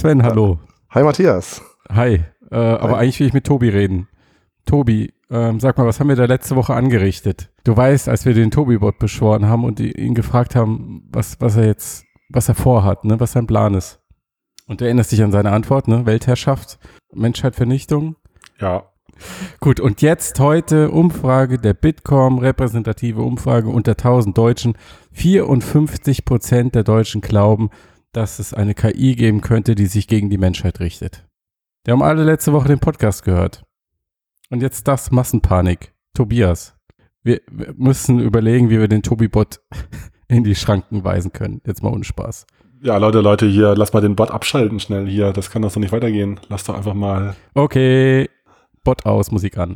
Sven, hallo. Hi Matthias. Hi, aber eigentlich will ich mit Tobi reden. Tobi, sag mal, was haben wir da letzte Woche angerichtet? Du weißt, als wir den Tobi-Bot beschworen haben und ihn gefragt haben, was er vorhat, ne, was sein Plan ist. Und du erinnerst dich an seine Antwort, ne? Weltherrschaft, Menschheitvernichtung. Ja. Gut, und jetzt heute Umfrage der Bitkom, repräsentative Umfrage unter 1000 Deutschen. 54% der Deutschen glauben, dass es eine KI geben könnte, die sich gegen die Menschheit richtet. Die haben alle letzte Woche den Podcast gehört. Und jetzt das, Massenpanik. Tobias, wir müssen überlegen, wie wir den Tobi-Bot in die Schranken weisen können. Jetzt mal ohne Spaß. Ja, Leute, hier, lass mal den Bot abschalten schnell hier. Das kann doch so nicht weitergehen. Lass doch einfach mal. Okay, Bot aus, Musik an.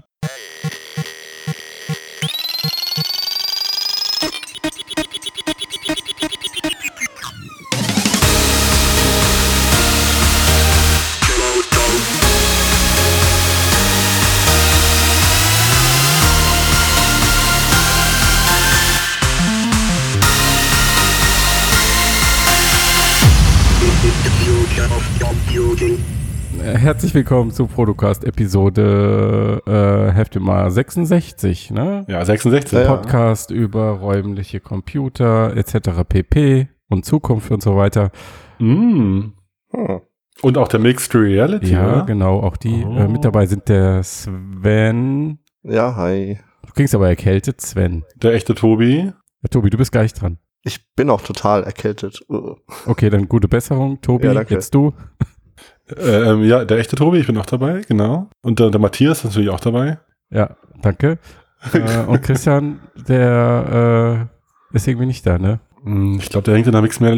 Herzlich willkommen zu Producast-Episode Hälfte mal 66, ne? Ja, 66. Podcast über räumliche Computer etc. pp. Und Zukunft und so weiter. Und auch der Mixed Reality, Ja, oder? genau. Auch die mit dabei sind der Sven. Ja, hi. Du klingst aber erkältet, Sven. Der echte Tobi. Ja, Tobi, du bist gleich dran. Ich bin auch total erkältet. Okay, dann gute Besserung. Tobi, Ja, danke. jetzt du. Ja, der echte Tobi, ich bin auch dabei, genau. Und der Matthias ist natürlich auch dabei. Ja, danke. Und Christian, der ist irgendwie nicht da, ne? Ich glaube, der hängt in der Mixed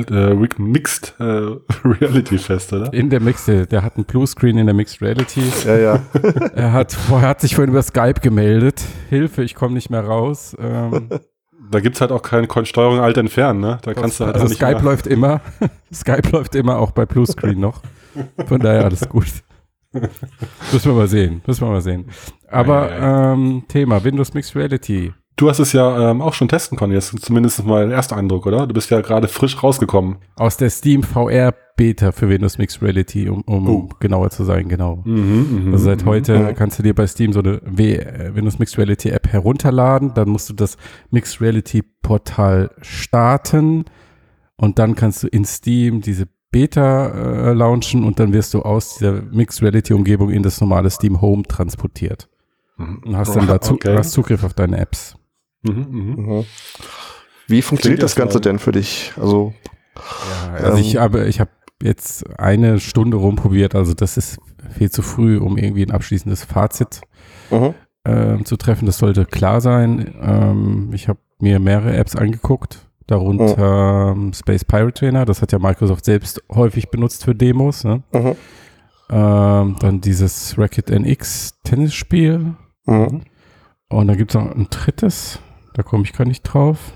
Reality fest, oder? In der Mixed, der hat einen Bluescreen in der Mixed Reality. Ja. Er hat sich vorhin über Skype gemeldet. Hilfe, ich komme nicht mehr raus. Da gibt's halt auch keine Steuerung Alt entfernen, ne? Da kannst du halt also auch nicht Skype läuft immer. Skype läuft immer, auch bei Bluescreen noch. Von daher alles gut. Müssen wir mal sehen. Aber Thema Windows Mixed Reality. Du hast es ja auch schon testen können, jetzt zumindest mal der erste Eindruck, oder? Du bist ja gerade frisch rausgekommen. Aus der Steam VR Beta für Windows Mixed Reality, um genauer zu sein, genau. Also seit heute kannst du dir bei Steam so eine Windows Mixed Reality App herunterladen, dann musst du das Mixed Reality Portal starten und dann kannst du in Steam diese Beta launchen und dann wirst du aus dieser Mixed Reality Umgebung in das normale Steam Home transportiert. Und hast dann dazu hast Zugriff auf deine Apps. Wie funktioniert das Ganze denn für dich? Also, ich habe jetzt eine Stunde rumprobiert, also das ist viel zu früh, um irgendwie ein abschließendes Fazit zu treffen. Das sollte klar sein. Ich habe mir mehrere Apps angeguckt, darunter Space Pirate Trainer, das hat ja Microsoft selbst häufig benutzt für Demos. Ne? Dann dieses Racket NX Tennisspiel. Und dann gibt es noch ein drittes, da komme ich gar nicht drauf.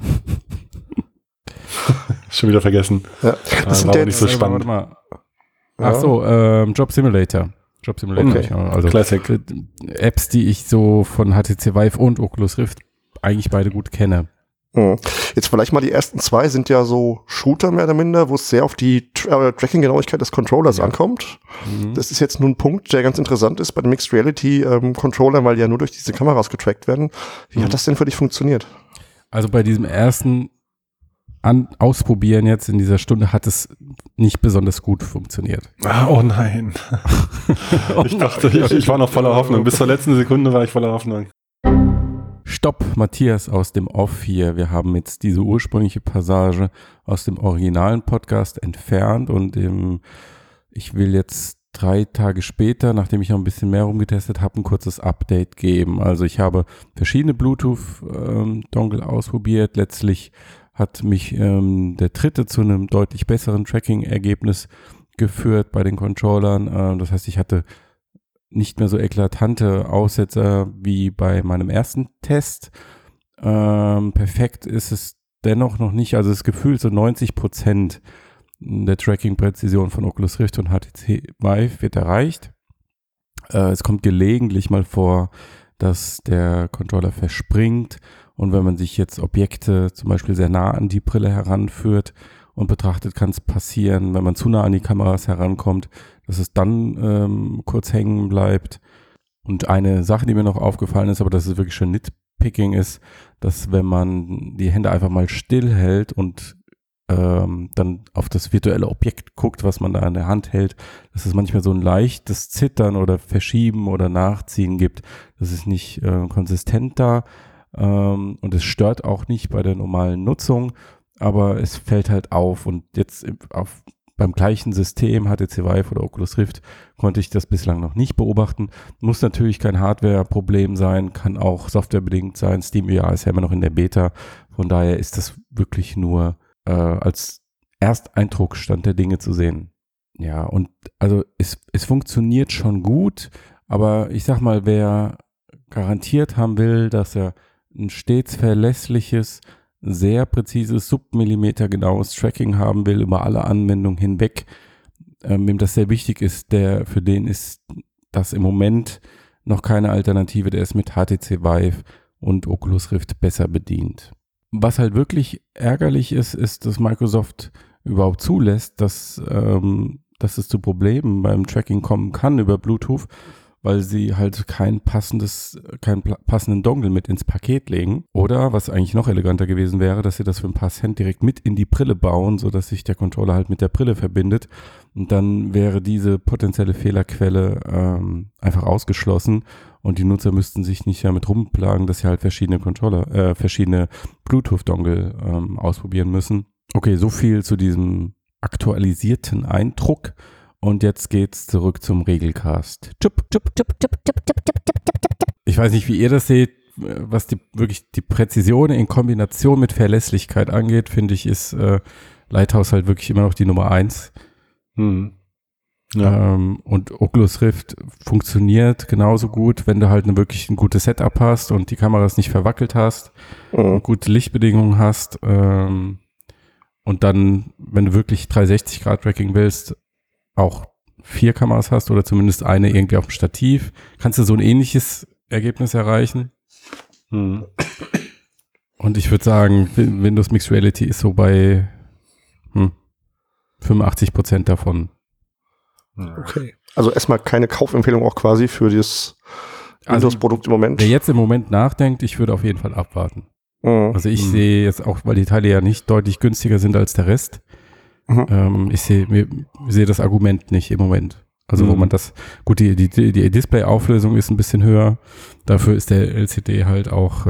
Schon wieder vergessen. ja. Das sind war aber jetzt, nicht so spannend. Warte mal. Ach so, Job Simulator. Okay. Also Classic. Apps, die ich so von HTC Vive und Oculus Rift eigentlich beide gut kenne. Jetzt vielleicht mal die ersten zwei sind ja so Shooter mehr oder minder, wo es sehr auf die Tracking-Genauigkeit des Controllers ankommt. Das ist jetzt nun ein Punkt, der ganz interessant ist bei den Mixed Reality Controllern, weil die ja nur durch diese Kameras getrackt werden. Wie hat das denn für dich funktioniert? Also bei diesem ersten Ausprobieren jetzt in dieser Stunde hat es nicht besonders gut funktioniert. Oh nein. Ich dachte, ich war noch voller Hoffnung. Bis zur letzten Sekunde war ich voller Hoffnung. Stopp, Matthias aus dem Off hier. Wir haben jetzt diese ursprüngliche Passage aus dem originalen Podcast entfernt und ich will jetzt 3 Tage später, nachdem ich noch ein bisschen mehr rumgetestet habe, ein kurzes Update geben. Also ich habe verschiedene Bluetooth-Dongle ausprobiert. Letztlich hat mich der dritte zu einem deutlich besseren Tracking-Ergebnis geführt bei den Controllern. Das heißt, ich hatte nicht mehr so eklatante Aussetzer wie bei meinem ersten Test. Perfekt ist es dennoch noch nicht. Also das Gefühl, so 90% der Tracking-Präzision von Oculus Rift und HTC Vive wird erreicht. Es kommt gelegentlich mal vor, dass der Controller verspringt und wenn man sich jetzt Objekte zum Beispiel sehr nah an die Brille heranführt und betrachtet, kann es passieren, wenn man zu nah an die Kameras herankommt, dass es dann kurz hängen bleibt. Und eine Sache, die mir noch aufgefallen ist, aber das ist wirklich schon Nitpicking ist, dass wenn man die Hände einfach mal still hält und dann auf das virtuelle Objekt guckt, was man da in der Hand hält, dass es manchmal so ein leichtes Zittern oder Verschieben oder Nachziehen gibt. Das ist nicht konsistent da und es stört auch nicht bei der normalen Nutzung, aber es fällt halt auf. Und jetzt beim gleichen System, HTC Vive oder Oculus Rift, konnte ich das bislang noch nicht beobachten. Muss natürlich kein Hardware-Problem sein, kann auch softwarebedingt sein. SteamVR ist ja immer noch in der Beta, von daher ist das wirklich nur als Ersteindruck Stand der Dinge zu sehen. Ja, und also es funktioniert schon gut, aber ich sag mal, wer garantiert haben will, dass er ein stets verlässliches, sehr präzises, submillimeter genaues Tracking haben will über alle Anwendungen hinweg, wem das sehr wichtig ist, für den ist das im Moment noch keine Alternative, der ist mit HTC Vive und Oculus Rift besser bedient. Was halt wirklich ärgerlich ist, dass Microsoft überhaupt zulässt, dass es zu Problemen beim Tracking kommen kann über Bluetooth, weil sie halt keinen passenden Dongle mit ins Paket legen. Oder, was eigentlich noch eleganter gewesen wäre, dass sie das für ein paar Cent direkt mit in die Brille bauen, sodass sich der Controller halt mit der Brille verbindet. Und dann wäre diese potenzielle Fehlerquelle einfach ausgeschlossen. Und die Nutzer müssten sich nicht damit rumplagen, dass sie halt verschiedene Bluetooth-Dongle ausprobieren müssen. Okay, so viel zu diesem aktualisierten Eindruck. Und jetzt geht's zurück zum Regelcast. Ich weiß nicht, wie ihr das seht, was die Präzision in Kombination mit Verlässlichkeit angeht, finde ich, ist Lighthouse halt wirklich immer noch die Nummer 1. Ja. Und Oculus Rift funktioniert genauso gut, wenn du halt wirklich ein gutes Setup hast und die Kameras nicht verwackelt hast, gute Lichtbedingungen hast und dann, wenn du wirklich 360-Grad-Tracking willst, auch 4 Kameras hast oder zumindest eine irgendwie auf dem Stativ, kannst du so ein ähnliches Ergebnis erreichen. Und ich würde sagen, Windows Mixed Reality ist so bei 85% davon. Okay. Also erstmal keine Kaufempfehlung auch quasi für das Windows-Produkt im Moment. Wer jetzt im Moment nachdenkt, ich würde auf jeden Fall abwarten. Also ich sehe jetzt auch, weil die Teile ja nicht deutlich günstiger sind als der Rest, ich sehe das Argument nicht im Moment. Also wo man das, gut, die Display-Auflösung ist ein bisschen höher, dafür ist der LCD halt auch,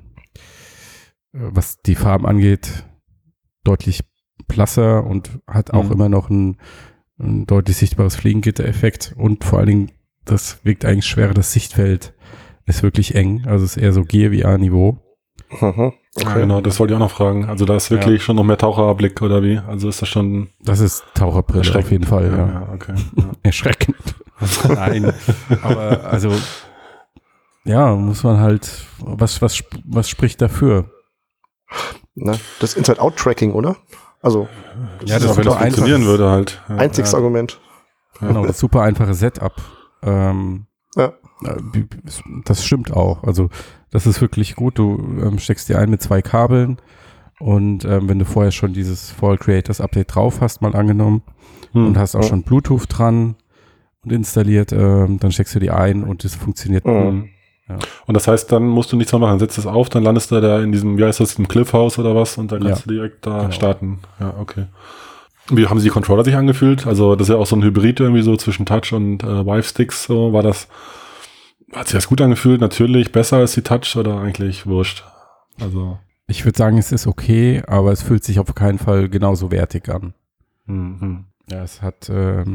was die Farben angeht, deutlich blasser und hat auch immer noch ein deutlich sichtbares Fliegengitter-Effekt und vor allen Dingen, das wirkt eigentlich schwerer, das Sichtfeld ist wirklich eng, also es ist eher so Gear-VR-Niveau. Okay. Ja, genau, das wollte ich auch noch fragen. Also da ist wirklich schon noch mehr Taucherblick oder wie? Also ist das schon... Das ist Taucherbrille auf jeden Fall, ja. Okay. Ja. Erschreckend. Nein, aber also ja, muss man halt, was spricht dafür? Na, das Inside-Out-Tracking, oder? Also ja, das wenn das funktionieren würde halt. Ja. Einziges Argument. Genau, das super einfache Setup. Das stimmt auch. Also das ist wirklich gut. Du steckst dir ein mit 2 Kabeln und wenn du vorher schon dieses Fall Creators Update drauf hast, mal angenommen und hast auch schon Bluetooth dran und installiert, dann steckst du die ein und es funktioniert. Ja. Und das heißt, dann musst du nichts mehr machen. Setzt es auf, dann landest du da in diesem, wie heißt das, im Cliff-House oder was und dann kannst du direkt da starten. Ja, okay. Wie haben sich die Controller sich angefühlt? Also das ist ja auch so ein Hybrid irgendwie so zwischen Touch und Vive-Sticks. So hat sich das gut angefühlt? Natürlich besser als die Touch oder eigentlich wurscht? Also ich würde sagen, es ist okay, aber es fühlt sich auf keinen Fall genauso wertig an. Ja, es hat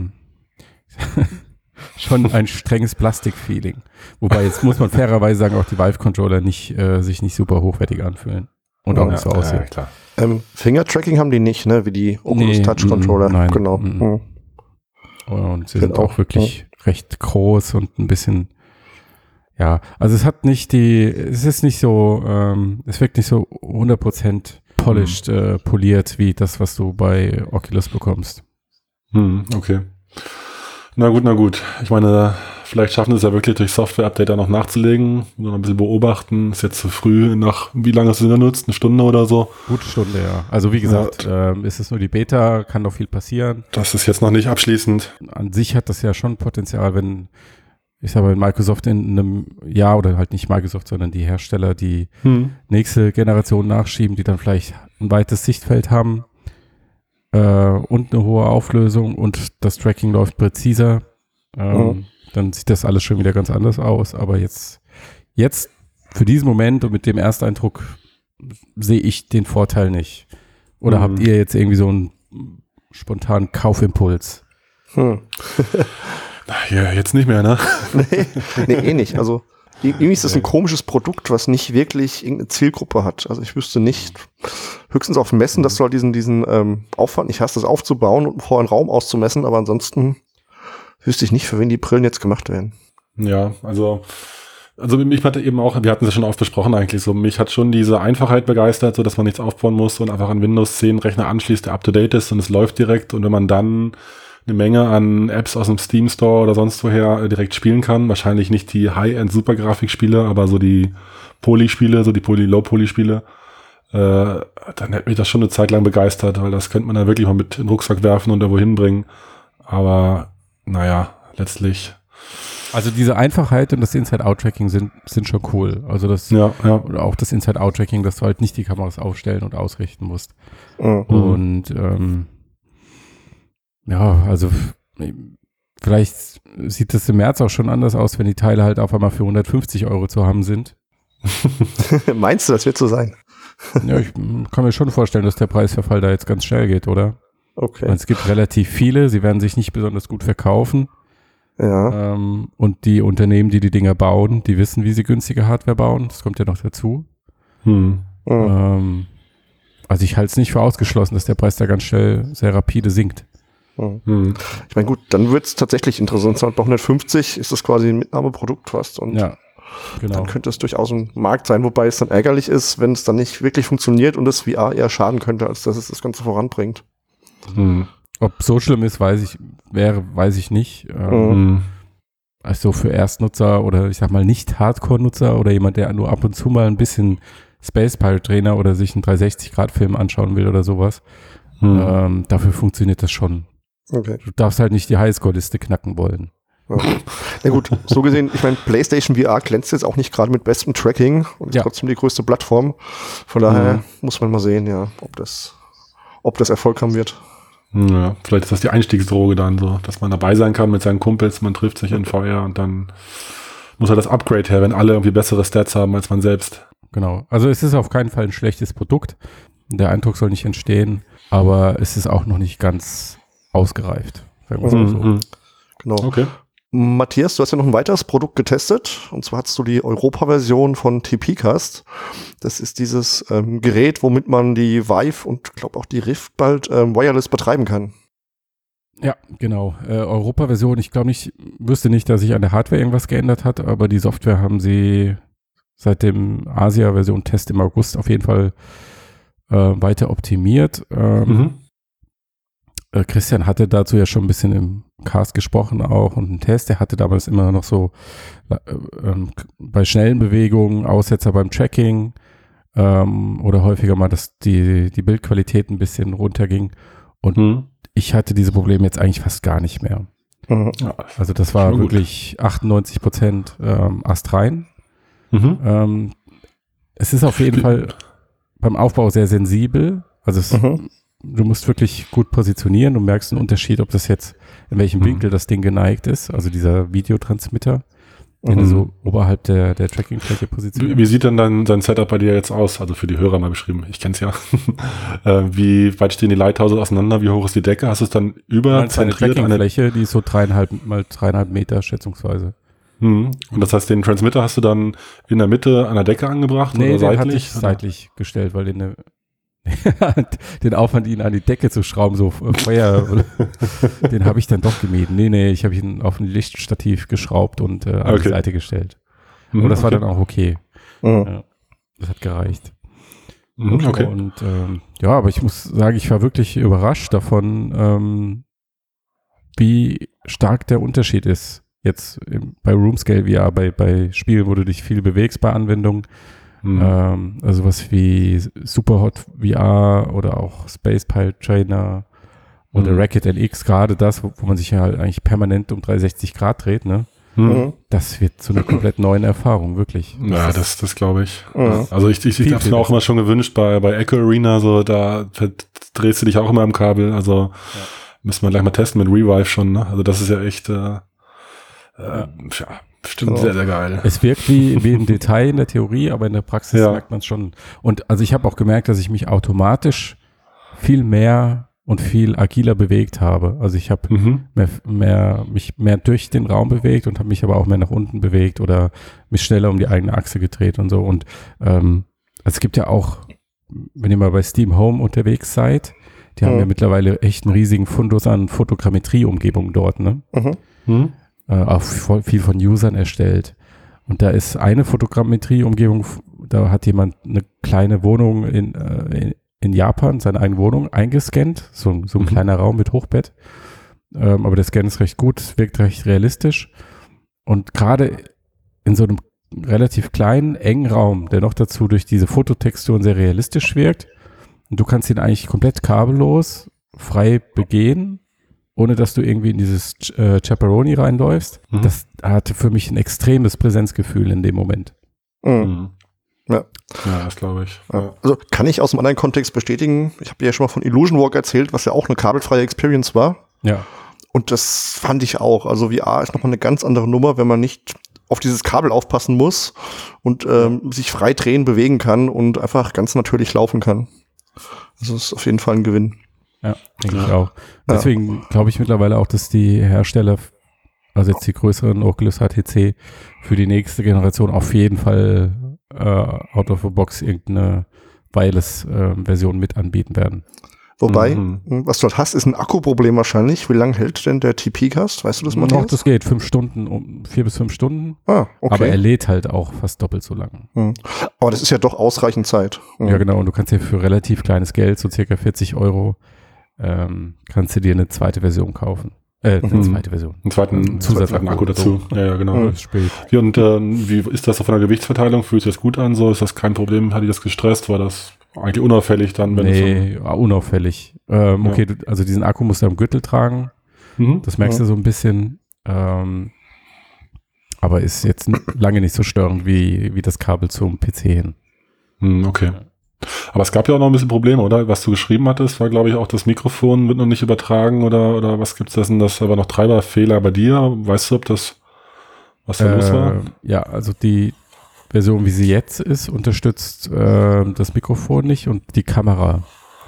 schon ein strenges Plastik-Feeling. Wobei, jetzt muss man fairerweise sagen, auch die Vive-Controller sich nicht super hochwertig anfühlen. Und auch nicht so aussehen. Ja, klar. Finger-Tracking haben die nicht, ne? Wie die Oculus Touch-Controller. Nein. Genau. Und sie sind auch wirklich recht groß und ein bisschen, ja, also es ist nicht so, es wirkt nicht so 100% polished, poliert, wie das, was du bei Oculus bekommst. Okay. Na gut. Ich meine, Vielleicht schaffen sie es ja wirklich durch Software-Update da noch nachzulegen und noch ein bisschen beobachten. Ist jetzt zu früh, wie lange hast du benutzt? Eine Stunde oder so? Gute Stunde, ja. Also wie gesagt, ist es nur die Beta, kann noch viel passieren. Das ist jetzt noch nicht abschließend. An sich hat das ja schon Potenzial, wenn Microsoft in einem Jahr oder halt nicht Microsoft, sondern die Hersteller die nächste Generation nachschieben, die dann vielleicht ein weites Sichtfeld haben und eine hohe Auflösung und das Tracking läuft präziser. Dann sieht das alles schon wieder ganz anders aus. Aber jetzt für diesen Moment und mit dem Ersteindruck sehe ich den Vorteil nicht. Oder habt ihr jetzt irgendwie so einen spontanen Kaufimpuls? Ja, jetzt nicht mehr, ne? Nee, eh nicht. Also irgendwie ist das ein komisches Produkt, was nicht wirklich irgendeine Zielgruppe hat. Also ich wüsste nicht, höchstens auf Messen, dass du halt diesen Aufwand nicht hast, das aufzubauen und vorher einen Raum auszumessen, aber ansonsten wüsste ich nicht, für wen die Brillen jetzt gemacht werden. Ja, also mich hatte eben auch, wir hatten es ja schon oft besprochen eigentlich, so mich hat schon diese Einfachheit begeistert, so dass man nichts aufbauen muss und einfach an Windows 10 Rechner anschließt, der up-to-date ist und es läuft direkt und wenn man dann eine Menge an Apps aus dem Steam Store oder sonst woher direkt spielen kann, wahrscheinlich nicht die High-End-Super-Grafik-Spiele, aber so die Poly-Spiele, so die Low-Poly-Spiele, dann hätte mich das schon eine Zeit lang begeistert, weil das könnte man dann wirklich mal mit in den Rucksack werfen und irgendwo hinbringen, aber naja, letztlich. Also diese Einfachheit und das Inside-Out-Tracking sind schon cool. Also das oder auch das Inside-Out-Tracking, dass du halt nicht die Kameras aufstellen und ausrichten musst. Und also vielleicht sieht das im März auch schon anders aus, wenn die Teile halt auf einmal für 150 € zu haben sind. Meinst du, das wird so sein? Ja, ich kann mir schon vorstellen, dass der Preisverfall da jetzt ganz schnell geht, oder? Okay. Es gibt relativ viele, sie werden sich nicht besonders gut verkaufen. Ja. Und die Unternehmen, die Dinger bauen, die wissen, wie sie günstige Hardware bauen. Das kommt ja noch dazu. Also ich halte es nicht für ausgeschlossen, dass der Preis da ganz schnell sehr rapide sinkt. Ich meine, gut, dann wird es tatsächlich interessant. Bei 150 ist das quasi ein Mitnahmeprodukt fast. Und ja, genau. Dann könnte es durchaus ein Markt sein, wobei es dann ärgerlich ist, wenn es dann nicht wirklich funktioniert und das VR eher schaden könnte, als dass es das Ganze voranbringt. Ob so schlimm ist, weiß ich nicht. Also für Erstnutzer oder ich sag mal nicht Hardcore-Nutzer oder jemand, der nur ab und zu mal ein bisschen Space Pirate Trainer oder sich einen 360-Grad-Film anschauen will oder sowas, dafür funktioniert das schon. Okay. Du darfst halt nicht die Highscore-Liste knacken wollen. Ja. Na gut, so gesehen, ich meine, PlayStation VR glänzt jetzt auch nicht gerade mit bestem Tracking und ist trotzdem die größte Plattform. Von daher muss man mal sehen, ja, ob das Erfolg haben wird. Ja, vielleicht ist das die Einstiegsdroge dann so, dass man dabei sein kann mit seinen Kumpels, man trifft sich in VR und dann muss halt das Upgrade her, wenn alle irgendwie bessere Stats haben als man selbst. Genau, also es ist auf keinen Fall ein schlechtes Produkt. Der Eindruck soll nicht entstehen, aber es ist auch noch nicht ganz ausgereift. Sagen wir mal so. Genau. Okay. Matthias, du hast ja noch ein weiteres Produkt getestet und zwar hast du die Europa-Version von TP-Cast. Das ist dieses Gerät, womit man die Vive und glaube auch die Rift bald wireless betreiben kann. Ja, genau. Europa-Version, ich wüsste nicht, dass sich an der Hardware irgendwas geändert hat, aber die Software haben sie seit dem Asia-Version-Test im August auf jeden Fall weiter optimiert. Christian hatte dazu ja schon ein bisschen im Cast gesprochen auch und einen Test. Er hatte damals immer noch so bei schnellen Bewegungen Aussetzer beim Tracking oder häufiger mal, dass die Bildqualität ein bisschen runterging. Und ich hatte diese Probleme jetzt eigentlich fast gar nicht mehr. Also das war wirklich 98% astrein. Es ist auf jeden Fall beim Aufbau sehr sensibel. Also du musst wirklich gut positionieren. Du merkst einen Unterschied, ob das jetzt, in welchem Winkel das Ding geneigt ist. Also dieser Videotransmitter, den du so oberhalb der Trackingfläche positioniert. Wie sieht denn dann dein Setup bei dir jetzt aus? Also für die Hörer mal beschrieben. Ich kenn's ja. Wie weit stehen die Lighthouses auseinander? Wie hoch ist die Decke? Hast du es dann zentriert? Eine Trackingfläche, die ist so 3,5 mal 3,5 Meter schätzungsweise. Und das heißt, den Transmitter hast du dann in der Mitte an der Decke angebracht? Nee, oder den hatte ich seitlich gestellt, weil den Aufwand, ihn an die Decke zu schrauben, so Feuer, den habe ich dann doch gemieden. Nee, ich habe ihn auf ein Lichtstativ geschraubt und an die Seite gestellt. Und das war dann auch okay. Ja, das hat gereicht. Okay. Und aber ich muss sagen, ich war wirklich überrascht davon, wie stark der Unterschied ist. jetzt bei Roomscale VR, bei Spielen, wo du dich viel bewegst bei Anwendungen. Also was wie Superhot VR oder auch Space Pilot Trainer oder Racket NX, gerade das, wo man sich ja halt eigentlich permanent um 360 Grad dreht, ne? Das wird zu einer komplett neuen Erfahrung, wirklich. Das glaube ich. Also ich habe es mir auch immer schon gewünscht bei Echo Arena, so da drehst du dich auch immer im Kabel, also müssen wir gleich mal testen mit Revive schon, ne? Also das ist ja echt bestimmt sehr, sehr geil. Es wirkt wie im Detail in der Theorie, aber in der Praxis merkt man es schon. Und also ich habe auch gemerkt, dass ich mich automatisch viel mehr und viel agiler bewegt habe. Also ich habe mich mehr durch den Raum bewegt und habe mich aber auch mehr nach unten bewegt oder mich schneller um die eigene Achse gedreht und so. Und also es gibt ja auch, wenn ihr mal bei Steam Home unterwegs seid, die haben ja mittlerweile echt einen riesigen Fundus an Fotogrammetrie-Umgebungen dort, ne? Auch viel von Usern erstellt. Und da ist eine Fotogrammetrie-Umgebung, da hat jemand eine kleine Wohnung in Japan, seine eigene Wohnung, eingescannt. So ein kleiner Raum mit Hochbett. Aber der Scan ist recht gut, wirkt recht realistisch. Und gerade in so einem relativ kleinen, engen Raum, der noch dazu durch diese Fototexturen sehr realistisch wirkt. Und du kannst ihn eigentlich komplett kabellos, frei begehen, ohne dass du irgendwie in dieses Chaperone reinläufst. Das hatte für mich ein extremes Präsenzgefühl in dem Moment. Ja, das glaube ich. Ja. Also kann ich aus einem anderen Kontext bestätigen, ich habe ja schon mal von Illusion Walk erzählt, was ja auch eine kabelfreie Experience war. Ja. Und das fand ich auch. Also VR ist nochmal eine ganz andere Nummer, wenn man nicht auf dieses Kabel aufpassen muss und sich frei drehen, bewegen kann und einfach ganz natürlich laufen kann. Also das ist auf jeden Fall ein Gewinn. Ja, denke ich auch. Deswegen glaube ich mittlerweile auch, dass die Hersteller, also jetzt die größeren Oculus HTC, für die nächste Generation auf jeden Fall out of the box irgendeine Wireless-Version mit anbieten werden. Wobei, was du halt hast, ist ein Akkuproblem wahrscheinlich. Wie lange hält denn der TP-Cast? Weißt du das, Matthias? Noch, das geht 5 Stunden, 4 bis 5 Stunden. Okay. Aber er lädt halt auch fast doppelt so lang. Aber das ist ja doch ausreichend Zeit. Ja, genau. Und du kannst ja für relativ kleines Geld, so circa 40 €, kannst du dir eine zweite Version kaufen. Eine zweite Version. Einen zweiten Akku dazu. Ja, genau. Ist spät. Ja, und wie ist das so von der Gewichtsverteilung? Fühlt sich das gut an? So ist das kein Problem? Hat dich das gestresst? War das eigentlich unauffällig dann? Unauffällig. Okay, also diesen Akku musst du am Gürtel tragen. Das merkst du so ein bisschen. Aber ist jetzt lange nicht so störend wie das Kabel zum PC hin. Okay. Aber es gab ja auch noch ein bisschen Probleme, oder? Was du geschrieben hattest, war, glaube ich, auch das Mikrofon wird noch nicht übertragen oder was gibt's das denn? Das war noch Treiberfehler bei dir. Weißt du, was da los war? Ja, also die Version, wie sie jetzt ist, unterstützt das Mikrofon nicht und die Kamera.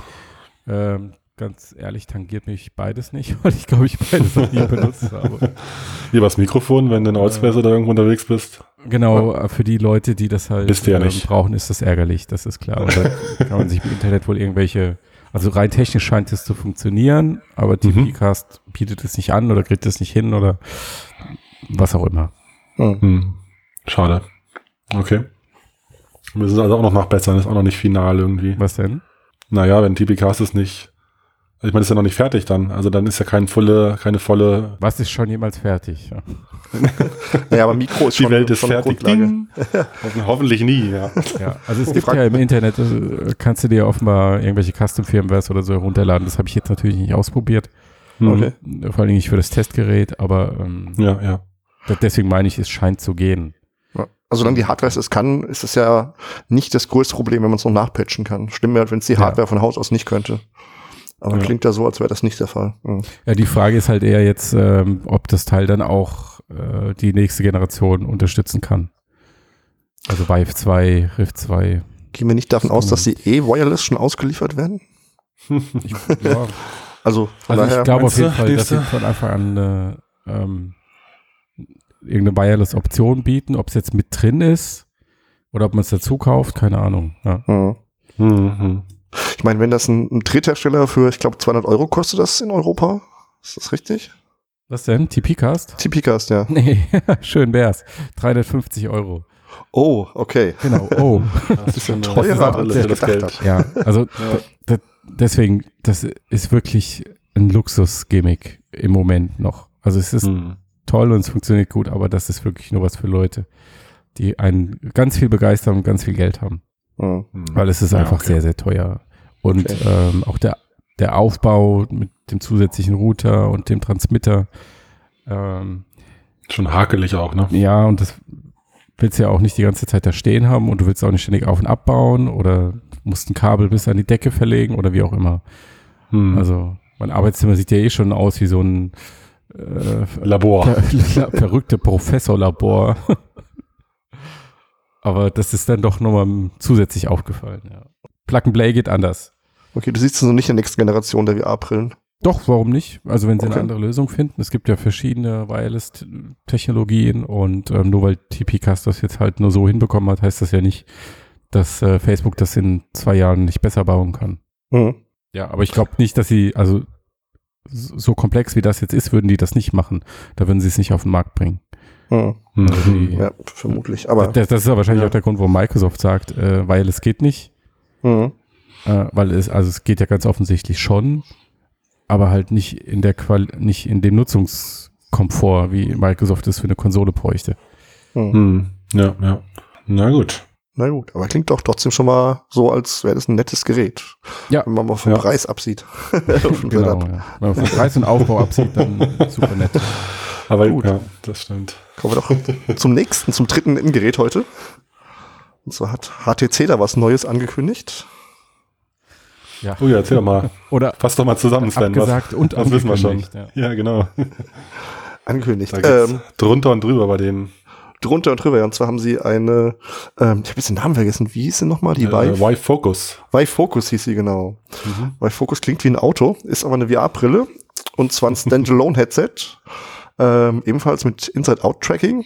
Ganz ehrlich, tangiert mich beides nicht, weil ich glaube, ich beides noch nie benutzt habe. Wie war das Mikrofon, wenn du in Allspace oder irgendwo unterwegs bist? Genau, für die Leute, die das halt nicht brauchen, ist das ärgerlich, das ist klar. Und da kann man sich im Internet wohl also rein technisch scheint es zu funktionieren, aber TP-Cast bietet es nicht an oder kriegt es nicht hin oder was auch immer. Schade. Okay. Wir müssen es also auch noch nachbessern, ist auch noch nicht final irgendwie. Was denn? Naja, wenn TP-Cast ist nicht, ich meine, ist ja noch nicht fertig dann, also dann ist ja keine volle. Was ist schon jemals fertig? Ja. Naja, aber Mikro ist die schon Welt ist schon fertig. Hoffentlich nie, ja. Also es gibt ja im Internet, kannst du dir offenbar irgendwelche Custom-Firmwares oder so herunterladen. Das habe ich jetzt natürlich nicht ausprobiert. Okay. Vor allem nicht für das Testgerät, aber deswegen meine ich, es scheint zu gehen. Ja. Also solange die Hardware es kann, ist es ja nicht das größte Problem, wenn man es noch nachpatchen kann. Stimmt ja, wenn es die Hardware von Haus aus nicht könnte. Aber klingt ja so, als wäre das nicht der Fall. Ja, die Frage ist halt eher jetzt, ob das Teil dann auch die nächste Generation unterstützen kann. Also Vive 2, Rift 2. Gehen wir nicht davon aus, dass die wireless schon ausgeliefert werden? Also ich glaube auf jeden Fall, dass sie von Anfang an irgendeine Wireless-Option bieten. Ob es jetzt mit drin ist oder ob man es dazu kauft, keine Ahnung. Ja. Ich meine, wenn das ein Dritthersteller für, ich glaube, 200 € kostet das in Europa. Ist das richtig? Was denn? TP-Cast? TP-Cast, ja. Nee, schön wär's. 350 €. Oh, okay. Genau, oh. Das ist schon teurer, als ich gedacht habe. Ja, also deswegen, das ist wirklich ein Luxus-Gimmick im Moment noch. Also es ist toll und es funktioniert gut, aber das ist wirklich nur was für Leute, die einen ganz viel begeistern und ganz viel Geld haben. Mhm. Weil es ist einfach sehr, sehr teuer. Und auch der Aufbau mit dem zusätzlichen Router und dem Transmitter. Schon hakelig auch, ne? Ja, und das willst du ja auch nicht die ganze Zeit da stehen haben und du willst auch nicht ständig auf- und abbauen oder musst ein Kabel bis an die Decke verlegen oder wie auch immer. Also mein Arbeitszimmer sieht ja eh schon aus wie so ein Labor. Verrückte Professorlabor. Aber das ist dann doch nochmal zusätzlich aufgefallen. Ja. Plug and Play geht anders. Okay, du siehst also nicht in der nächsten Generation der VR-Brillen. Doch, warum nicht? Also wenn sie Okay. eine andere Lösung finden. Es gibt ja verschiedene Wireless-Technologien und nur weil TP-Cast das jetzt halt nur so hinbekommen hat, heißt das ja nicht, dass Facebook das in 2 Jahren nicht besser bauen kann. Mhm. Ja, aber ich glaube nicht, dass sie, also so komplex wie das jetzt ist, würden die das nicht machen. Da würden sie es nicht auf den Markt bringen. Mhm. Also die, Ja, vermutlich. Aber das ist ja wahrscheinlich auch der Grund, warum Microsoft sagt, weil es geht nicht. mhm. Weil es geht ja ganz offensichtlich schon, aber halt nicht in nicht in dem Nutzungskomfort, wie Microsoft es für eine Konsole bräuchte. Ja. Na gut. Na gut, aber klingt doch trotzdem schon mal so, als wäre das ein nettes Gerät. Ja. Wenn man mal vom Preis absieht. Genau, ja. Wenn man vom Preis und Aufbau absieht, dann super nett. Aber Gut. ja, das stimmt. Kommen wir doch zum dritten Innengerät heute. Und zwar hat HTC da was Neues angekündigt. Ja. Oh ja, erzähl doch mal. Oder Fass doch mal zusammen, Sven. abgesagt und das wissen wir schon. angekündigt, ja. Ja, genau. Angekündigt. Da geht's drunter und drüber bei denen. Drunter und drüber. Und zwar haben sie eine, ich habe jetzt den Namen vergessen. Wie hieß sie nochmal? Die Vive Focus. Vive Focus hieß sie, genau. Vive Focus klingt wie ein Auto, ist aber eine VR-Brille. Und zwar ein Standalone-Headset. Ebenfalls mit Inside-Out-Tracking.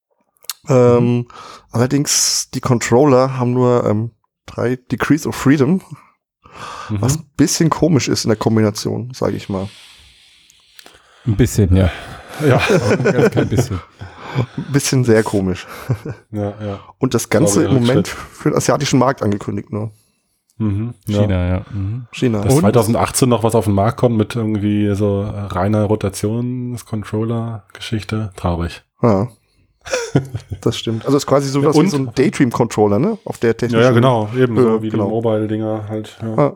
Allerdings, die Controller haben nur 3 Degrees of Freedom. Was ein bisschen komisch ist in der Kombination, sage ich mal. Ein bisschen, ja. Ja. Aber ganz klein bisschen. Ein bisschen sehr komisch. Ja. Und das Ganze Glaube, im Moment Rückschritt. für den asiatischen Markt angekündigt nur. Ja. China, ja. Mhm. China. Dass Und? 2018 noch was auf den Markt kommt mit irgendwie so reiner Rotations-Controller-Geschichte. Traurig. Ja. Das stimmt. Also es ist quasi so was wie Und? so ein Daydream-Controller, ne? Auf der technischen. Ja, genau. Ebenso wie genau. die Mobile-Dinger halt. Ja. Ah,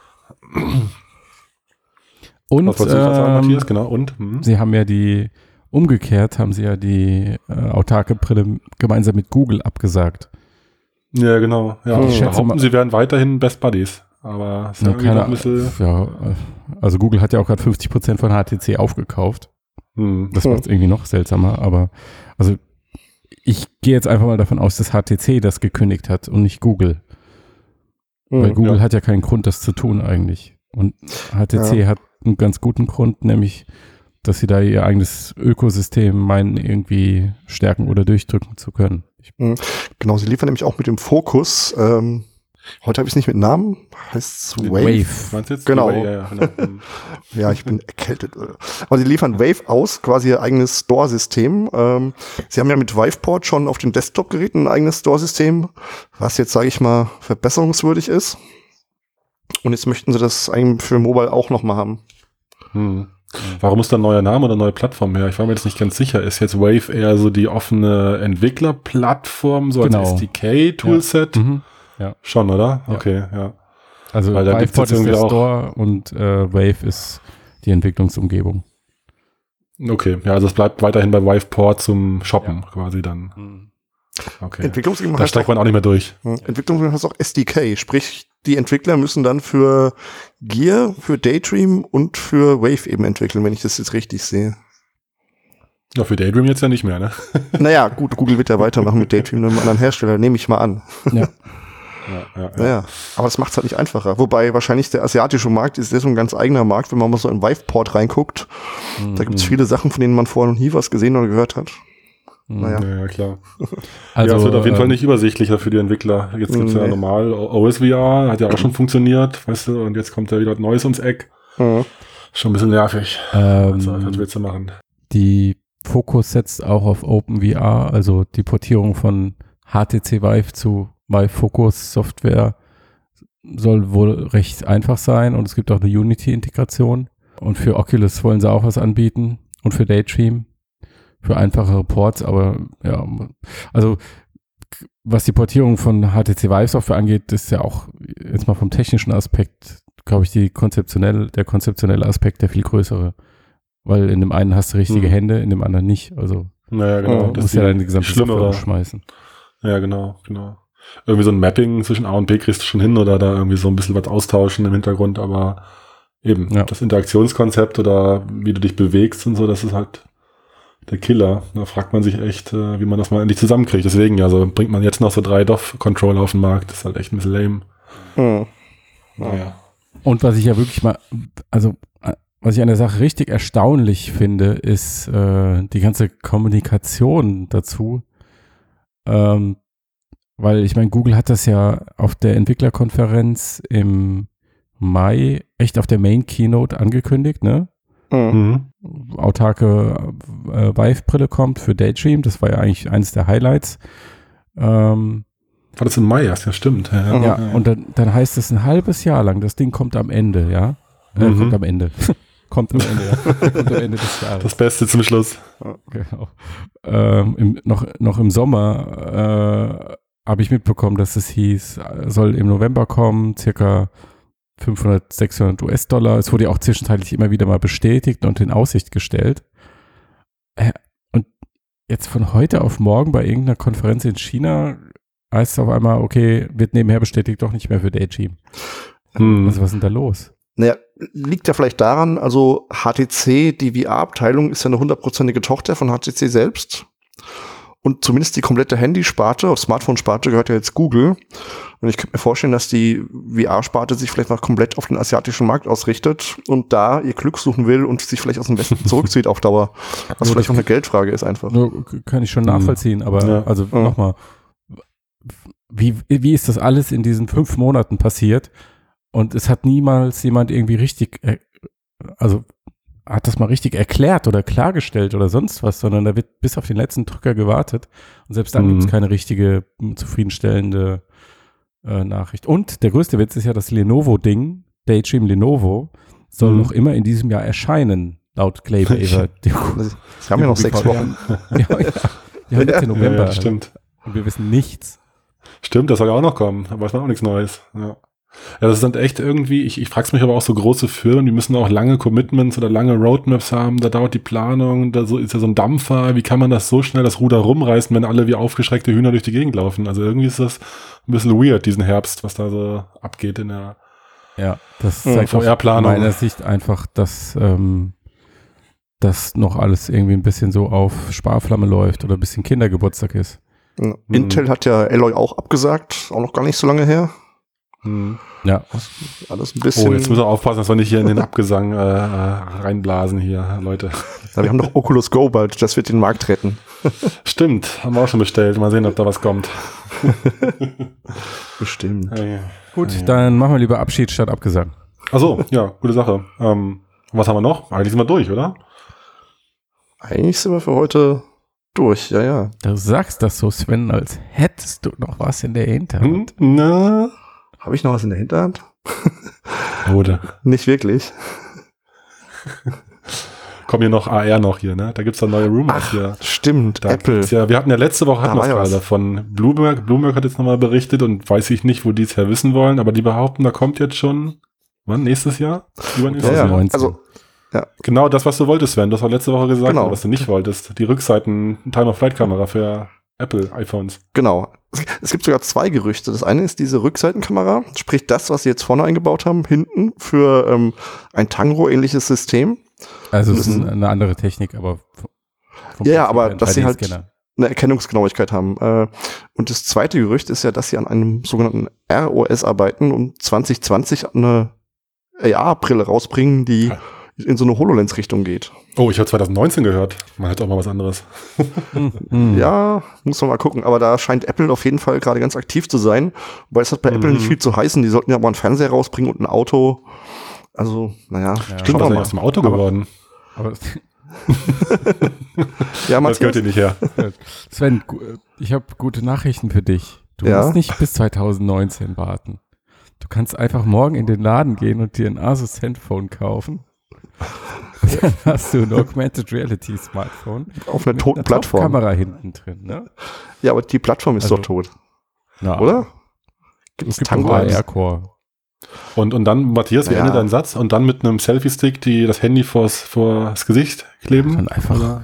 Und Was wolltest du gerade sagen, Matthias? Genau. Und? sie haben ja umgekehrt haben sie ja die autarke Brille gemeinsam mit Google abgesagt. Ja, genau. Ja, Ich ich schätze behaupten, mal- sie wären weiterhin Best Buddies. Aber es ist Ja, irgendwie noch ein bisschen. also Google hat ja auch gerade 50% von HTC aufgekauft. Das macht es irgendwie noch seltsamer, aber also ich gehe jetzt einfach mal davon aus, dass HTC das gekündigt hat und nicht Google. Weil Google hat ja keinen Grund, das zu tun eigentlich. Und HTC hat einen ganz guten Grund, nämlich, dass sie da ihr eigenes Ökosystem meinen, irgendwie stärken oder durchdrücken zu können. Genau, sie liefern nämlich auch mit dem Fokus. Heute habe ich es nicht mit Namen. Heißt es Wave? Meinst du jetzt? Genau. Ja, genau. Ja, ich bin erkältet. Aber sie liefern Wave aus, quasi ihr eigenes Store-System. Sie haben ja mit Viveport schon auf den Desktop-Geräten ein eigenes Store-System, was jetzt, sage ich mal, verbesserungswürdig ist. Und jetzt möchten sie das eigentlich für Mobile auch nochmal haben. Warum ist da ein neuer Name oder eine neue Plattform her? Ich war mir jetzt nicht ganz sicher. Ist jetzt Wave eher so die offene Entwicklerplattform, so Genau. als SDK-Toolset? Ja. Schon, oder? Ja. Okay, ja. Also Weil da gibt's Viveport jetzt ist der irgendwie auch- Store und Wave ist die Entwicklungsumgebung. Okay, ja, also es bleibt weiterhin bei Viveport zum Shoppen quasi dann. Okay. Entwicklungsumgebung Da heißt steigt man auch nicht mehr durch. Entwicklungsumgebung heißt auch SDK, sprich, die Entwickler müssen dann für Gear, für Daydream und für Wave eben entwickeln, wenn ich das jetzt richtig sehe. Ja, für Daydream jetzt ja nicht mehr, ne? Naja, gut, Google wird ja weitermachen mit Daydream, einem anderen Hersteller, nehme ich mal an. Ja. Ja. Naja, aber das macht es halt nicht einfacher. Wobei wahrscheinlich der asiatische Markt ist so ein ganz eigener Markt, wenn man mal so in Viveport reinguckt. Da gibt es viele Sachen, von denen man vorher noch nie was gesehen oder gehört hat. Naja. Ja, klar. Also, ja, es wird auf jeden Fall nicht übersichtlicher für die Entwickler. Jetzt gibt's ja Nee. normal OSVR, hat ja auch schon funktioniert, weißt du, und jetzt kommt da wieder was Neues ums Eck. Schon ein bisschen nervig. Was willst du machen? Die Focus setzt auch auf OpenVR, also die Portierung von HTC Vive zu Vive Focus Software soll wohl recht einfach sein und es gibt auch eine Unity-Integration und für Oculus wollen sie auch was anbieten und für Daydream. für einfachere Ports, aber ja, also was die Portierung von HTC Vive Software angeht, ist ja auch jetzt mal vom technischen Aspekt, glaube ich, der konzeptionelle Aspekt der viel größere. Weil in dem einen hast du richtige Hände, in dem anderen nicht. Also naja, genau. du musst ja deine gesamte Software schmeißen. Ja, genau. Irgendwie so ein Mapping zwischen A und B kriegst du schon hin oder da irgendwie so ein bisschen was austauschen im Hintergrund, aber eben das Interaktionskonzept oder wie du dich bewegst und so, das ist halt der Killer. Da fragt man sich echt, wie man das mal endlich zusammenkriegt. Deswegen, also bringt man jetzt noch so 3 DOF-Controller auf den Markt. Das ist halt echt ein bisschen lame. Naja. Und was ich ja wirklich mal, also was ich an der Sache richtig erstaunlich finde, ist die ganze Kommunikation dazu. Weil ich meine, Google hat das ja auf der Entwicklerkonferenz im Mai echt auf der Main Keynote angekündigt, ne? Autarke Vive-Brille kommt für Daydream, das war ja eigentlich eines der Highlights. War das im Mai erst? Ja, stimmt. Ja. Und dann heißt es ein halbes Jahr lang, das Ding kommt am Ende, ja? Kommt am Ende. Kommt am Ende des Jahres. Das Beste zum Schluss. Genau. Noch im Sommer habe ich mitbekommen, dass es hieß, soll im November kommen, circa 500, 600 US-Dollar. Es wurde ja auch zwischenzeitlich immer wieder mal bestätigt und in Aussicht gestellt. Und jetzt von heute auf morgen bei irgendeiner Konferenz in China heißt es auf einmal, okay, wird nebenher bestätigt, doch nicht mehr für Daydream. Also was ist denn da los? Naja, liegt ja vielleicht daran, also HTC, die VR-Abteilung, ist ja eine 100%ige Tochter von HTC selbst. Und zumindest die komplette Handysparte, Smartphone-Sparte gehört ja jetzt Google. Und ich könnte mir vorstellen, dass die VR-Sparte sich vielleicht mal komplett auf den asiatischen Markt ausrichtet und da ihr Glück suchen will und sich vielleicht aus dem Westen zurückzieht auf Dauer. Was vielleicht auch eine Geldfrage ist einfach. Kann ich schon nachvollziehen, aber also nochmal, wie ist das alles in diesen 5 Monaten passiert? Und es hat niemals jemand irgendwie richtig, also hat das mal richtig erklärt oder klargestellt oder sonst was, sondern da wird bis auf den letzten Drücker gewartet. Und selbst dann gibt es keine richtige, zufriedenstellende Nachricht. Und der größte Witz ist ja das Lenovo-Ding, Daydream Lenovo, soll noch immer in diesem Jahr erscheinen, laut Glaber. Sie haben ja noch 6 Wochen. Ja, Mitte November. Ja, stimmt. Und wir wissen nichts. Stimmt, das soll ja auch noch kommen. Da weiß man auch nichts Neues. Ja, das sind echt irgendwie, ich frage mich aber auch so große Firmen, die müssen auch lange Commitments oder lange Roadmaps haben, da dauert die Planung, da so ist ja so ein Dampfer, wie kann man das so schnell das Ruder rumreißen, wenn alle wie aufgeschreckte Hühner durch die Gegend laufen? Also irgendwie ist das ein bisschen weird, diesen Herbst, was da so abgeht in der das zeigt aus meiner Sicht einfach, dass das noch alles irgendwie ein bisschen so auf Sparflamme läuft oder ein bisschen Kindergeburtstag ist. Intel hat ja Alloy auch abgesagt, auch noch gar nicht so lange her. Ja. Alles ein bisschen. Oh, jetzt müssen wir aufpassen, dass wir nicht hier in den Abgesang reinblasen hier, Leute. Ja, wir haben doch Oculus Go bald, das wird in den Markt retten. Stimmt, haben wir auch schon bestellt. Mal sehen, ob da was kommt. Bestimmt. Gut, dann machen wir lieber Abschied statt Abgesang. Achso, ja, gute Sache. Was haben wir noch? Eigentlich sind wir durch, oder? Eigentlich sind wir für heute durch, ja. Du sagst das so, Sven, als hättest du noch was in der Hinterhand. Na? Habe ich noch was in der Hinterhand? Oder? Nicht wirklich. Kommen hier noch AR noch hier, ne? Da gibt's da neue Rumors hier. Stimmt, da Apple. Ja, wir hatten ja letzte Woche gerade davon. Bloomberg hat jetzt nochmal berichtet und weiß ich nicht, wo die es her wissen wollen, aber die behaupten, da kommt jetzt schon, wann? Nächstes Jahr? Übernächstes Jahr? 19. Also, ja. Genau das, was du wolltest, Sven. Das war letzte Woche gesagt, was du nicht wolltest. Die Rückseiten, Time-of-Flight-Kamera für Apple-iPhones. Genau. Es gibt sogar 2 Gerüchte. Das eine ist diese Rückseitenkamera, sprich das, was sie jetzt vorne eingebaut haben, hinten für ein Tango-ähnliches System. Also es ist eine andere Technik, aber aber dass sie halt eine Erkennungsgenauigkeit haben. Und das zweite Gerücht ist ja, dass sie an einem sogenannten ROS arbeiten und 2020 eine AR-Brille rausbringen, die in so eine HoloLens-Richtung geht. Oh, ich habe 2019 gehört. Man hat auch mal was anderes. Ja, muss man mal gucken. Aber da scheint Apple auf jeden Fall gerade ganz aktiv zu sein. Weil es hat bei Apple nicht viel zu heißen. Die sollten ja mal einen Fernseher rausbringen und ein Auto. Also, stimmt, was ist aus dem Auto geworden? Aber ja, das gehört dir nicht her. Sven, ich habe gute Nachrichten für dich. Du musst nicht bis 2019 warten. Du kannst einfach morgen in den Laden gehen und dir ein Asus Zenfone kaufen. Dann hast du ein Augmented Reality Smartphone. Auf einer toten Plattform. Kamera hinten drin, ne? Ja, aber die Plattform ist Also, doch tot. Na, Oder? Gibt's Tango AR-Core. Und dann, Matthias, wie Ja. endet dein Satz? Und dann mit einem Selfie-Stick das Handy vors Gesicht kleben? Dann einfach,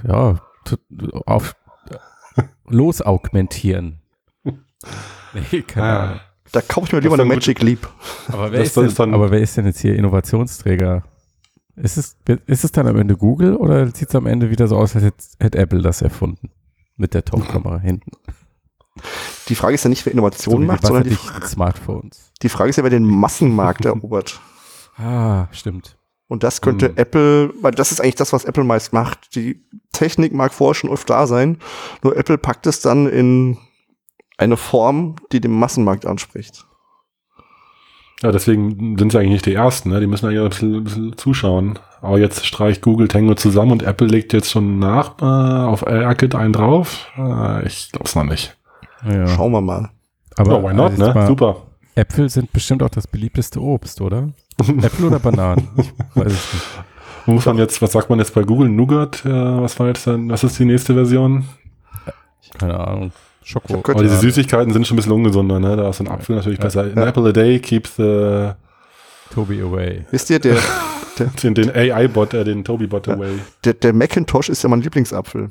losaugmentieren. Nee, keine Ahnung. Da kaufe ich mir lieber Das eine ist dann Magic Leap. Aber Das ist dann- wer ist denn jetzt hier Innovationsträger? Ist es dann am Ende Google oder sieht es am Ende wieder so aus, als hätte Apple das erfunden? Mit der Top-Kamera hinten. Die Frage ist ja nicht, wer So Innovation wie macht, die sondern wasserdichten Smartphones. die Frage ist ja, wer den Massenmarkt erobert. Ah, stimmt. Und das könnte Apple, weil das ist eigentlich das, was Apple meist macht. Die Technik mag vorher schon oft da sein, nur Apple packt es dann in eine Form, die den Massenmarkt anspricht. Ja, deswegen sind sie eigentlich nicht die Ersten, ne? Die müssen eigentlich ein bisschen zuschauen. Aber jetzt streicht Google Tango zusammen und Apple legt jetzt schon nach auf AirKit einen drauf. Ich glaub's noch nicht. Ja. Schauen wir mal. Aber Ja, why not, jetzt ne? mal, Super. Äpfel sind bestimmt auch das beliebteste Obst, oder? Äpfel oder Bananen? Ich weiß es nicht. Muss man jetzt, was sagt man jetzt bei Google? Nougat? Was ist die nächste Version? Keine Ahnung. Schoko. Ich hab Aber diese Süßigkeiten sind schon ein bisschen ungesunder, ne? Da ist so ein Apfel natürlich besser. An apple a day keeps Toby away. Wisst ihr, der den AI-Bot, den Toby-Bot away. der Macintosh ist ja mein Lieblingsapfel.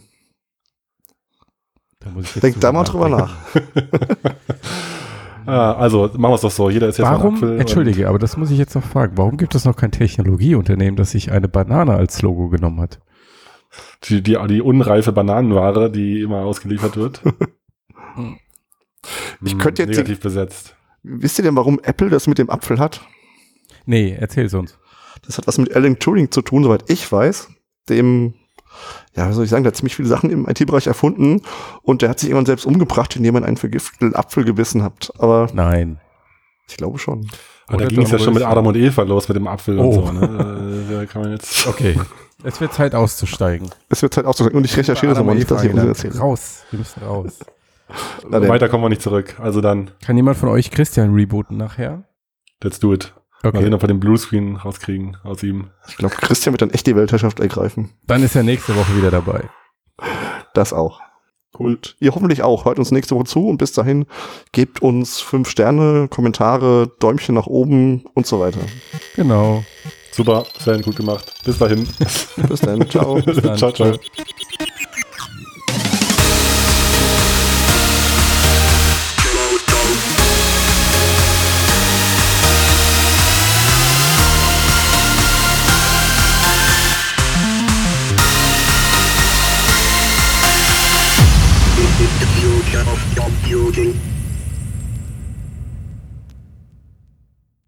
Da muss ich jetzt Denkt da mal drüber nach. Also, machen wir es doch so. Jeder ist jetzt ein Warum, Apfel. entschuldige, aber das muss ich jetzt noch fragen. Warum gibt es noch kein Technologieunternehmen, das sich eine Banane als Logo genommen hat? Die unreife Bananenware, die immer ausgeliefert wird. Ich könnte jetzt negativ besetzt. Wisst ihr denn, warum Apple das mit dem Apfel hat? Nee, erzähl's uns. Das hat was mit Alan Turing zu tun, soweit ich weiß. Dem, ja, wie soll ich sagen, der hat ziemlich viele Sachen im IT-Bereich erfunden und der hat sich irgendwann selbst umgebracht, indem er einen vergifteten Apfel gebissen hat. Aber Nein. ich glaube schon. Aber da Oder ging es ja schon mit Röschen. Adam und Eva los mit dem Apfel Oh. und so. Ne? Da kann man jetzt. Okay. Es wird Zeit auszusteigen. Es wird Zeit auszusagen. Und ich recherchiere das Adam aber und nicht, dass ich Eva Unsinn genannt. erzähle. Raus. Wir müssen raus. Na denn. Weiter kommen wir nicht zurück. Also dann, Kann jemand von euch Christian rebooten nachher? let's do it. Mal sehen, Okay. ob wir den Bluescreen rauskriegen aus ihm. Ich glaube, Christian wird dann echt die Weltherrschaft ergreifen. Dann ist er nächste Woche wieder dabei. Das auch. Und ihr hoffentlich auch. Hört uns nächste Woche zu und bis dahin gebt uns 5 Sterne, Kommentare, Däumchen nach oben und so weiter. Genau. Super, Sven, gut gemacht. Bis dahin. Bis dann. Ciao. Bis dann. Ciao, ciao.